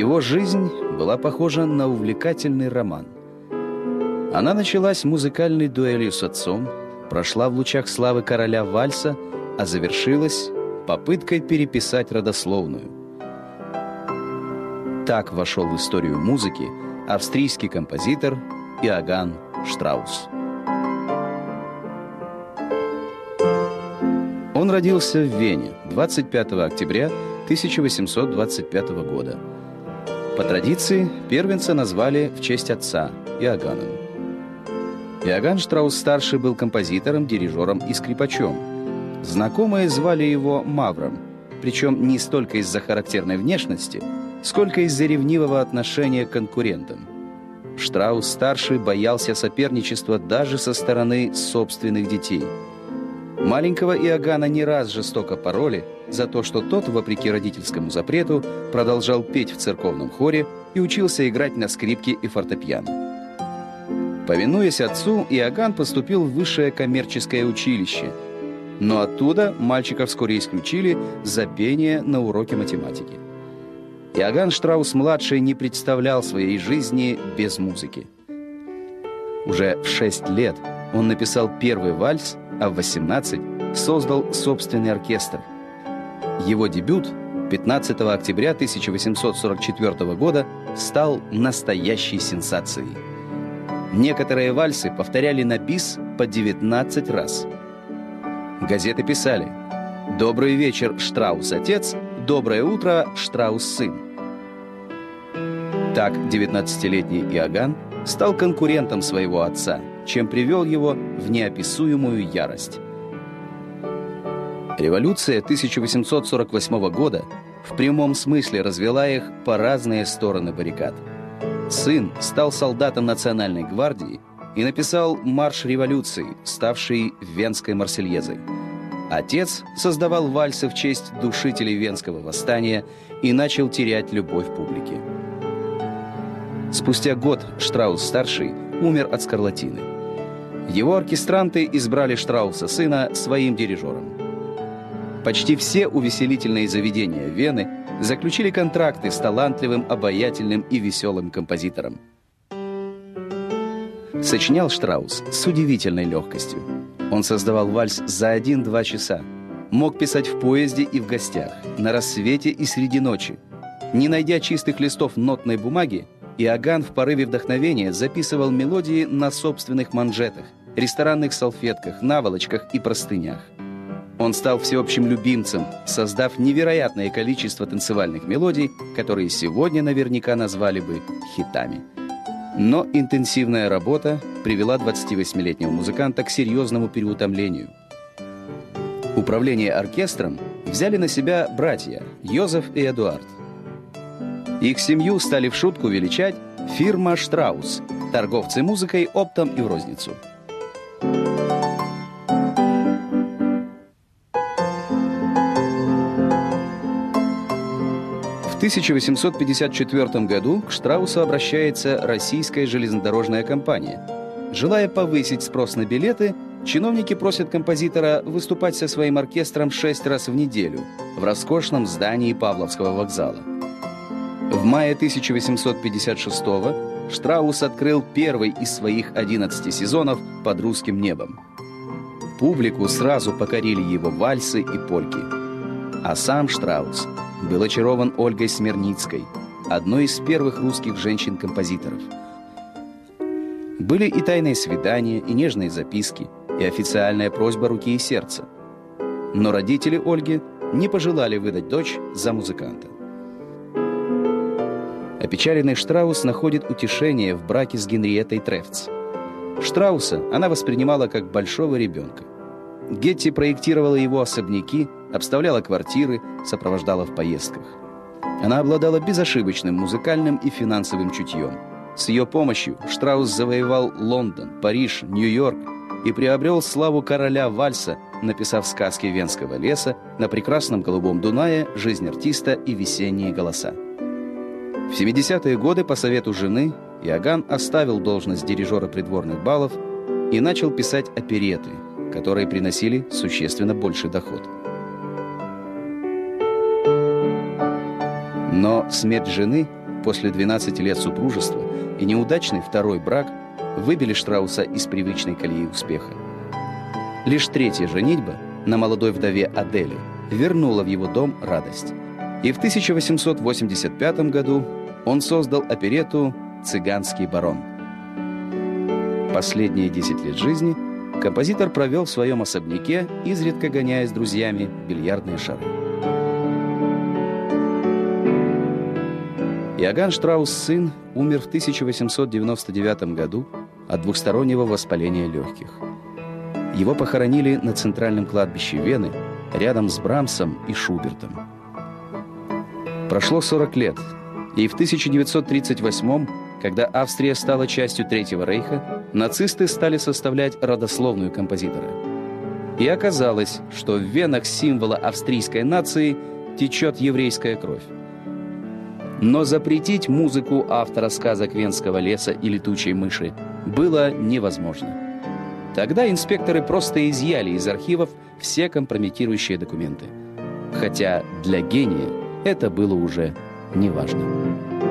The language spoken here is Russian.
Его жизнь была похожа на увлекательный роман. Она началась музыкальной дуэлью с отцом, прошла в лучах славы короля вальса, а завершилась попыткой переписать родословную. Так вошел в историю музыки австрийский композитор Иоганн Штраус. Он родился в Вене 25 октября 1825 года. По традиции, первенца назвали в честь отца Иоганном. Иоганн Штраус-старший был композитором, дирижером и скрипачом. Знакомые звали его Мавром, причем не столько из-за характерной внешности, сколько из-за ревнивого отношения к конкурентам. Штраус-старший боялся соперничества даже со стороны собственных детей. Маленького Иоганна не раз жестоко пороли за то, что тот, вопреки родительскому запрету, продолжал петь в церковном хоре и учился играть на скрипке и фортепиано. Повинуясь отцу, Иоганн поступил в высшее коммерческое училище, но оттуда мальчика вскоре исключили за пение на уроке математики. Иоганн Штраус-младший не представлял своей жизни без музыки. Уже в 6 лет он написал первый вальс, а в 18 создал собственный оркестр. Его дебют 15 октября 1844 года стал настоящей сенсацией. Некоторые вальсы повторяли на бис по 19 раз. Газеты писали: «Добрый вечер, Штраус-отец, доброе утро, Штраус-сын». Так 19-летний Иоганн стал конкурентом своего отца, чем привел его в неописуемую ярость. Революция 1848 года в прямом смысле развела их по разные стороны баррикад. Сын стал солдатом Национальной гвардии и написал «Марш революции», ставший Венской Марсельезой. Отец создавал вальсы в честь душителей Венского восстания и начал терять любовь публики. Спустя год Штраус-старший умер от скарлатины. Его оркестранты избрали Штрауса-сына своим дирижером. Почти все увеселительные заведения Вены заключили контракты с талантливым, обаятельным и веселым композитором. Сочинял Штраус с удивительной легкостью. Он создавал вальс за 1-2 часа. Мог писать в поезде и в гостях, на рассвете и среди ночи. Не найдя чистых листов нотной бумаги, Иоганн в порыве вдохновения записывал мелодии на собственных манжетах, ресторанных салфетках, наволочках и простынях. Он стал всеобщим любимцем, создав невероятное количество танцевальных мелодий, которые сегодня наверняка назвали бы хитами. Но интенсивная работа привела 28-летнего музыканта к серьезному переутомлению. Управление оркестром взяли на себя братья Йозеф и Эдуард. Их семью стали в шутку величать «фирма Штраус», торговцы музыкой оптом и в розницу. В 1854 году к Штраусу обращается Российская железнодорожная компания. Желая повысить спрос на билеты, чиновники просят композитора выступать со своим оркестром 6 раз в неделю в роскошном здании Павловского вокзала. В мае 1856-го Штраус открыл первый из своих 11 сезонов «Под русским небом». Публику сразу покорили его вальсы и польки. А сам Штраус был очарован Ольгой Смирницкой, одной из первых русских женщин-композиторов. Были и тайные свидания, и нежные записки, и официальная просьба руки и сердца. Но родители Ольги не пожелали выдать дочь за музыканта. Опечаленный Штраус находит утешение в браке с Генриеттой Трефц. Штрауса она воспринимала как большого ребенка. Гетти проектировала его особняки, обставляла квартиры, сопровождала в поездках. Она обладала безошибочным музыкальным и финансовым чутьем. С ее помощью Штраус завоевал Лондон, Париж, Нью-Йорк и приобрел славу короля вальса, написав сказки Венского леса, На прекрасном голубом Дунае, Жизнь артиста и Весенние голоса. В 70-е годы по совету жены Иоганн оставил должность дирижера придворных балов и начал писать оперетты, которые приносили существенно больший доход. Но смерть жены после 12 лет супружества и неудачный второй брак выбили Штрауса из привычной колеи успеха. Лишь третья женитьба на молодой вдове Аделе вернула в его дом радость. И в 1885 году он создал оперетту «Цыганский барон». Последние 10 лет жизни композитор провел в своем особняке, изредка гоняя с друзьями в бильярдные шары. Иоганн Штраус-сын умер в 1899 году от двухстороннего воспаления легких. Его похоронили на центральном кладбище Вены рядом с Брамсом и Шубертом. Прошло 40 лет, и в 1938, когда Австрия стала частью Третьего рейха, нацисты стали составлять родословную композитора. И оказалось, что в венах символа австрийской нации течет еврейская кровь. Но запретить музыку автора сказок «Венского леса» и «Летучей мыши» было невозможно. Тогда инспекторы просто изъяли из архивов все компрометирующие документы. Хотя для гения это было уже неважно.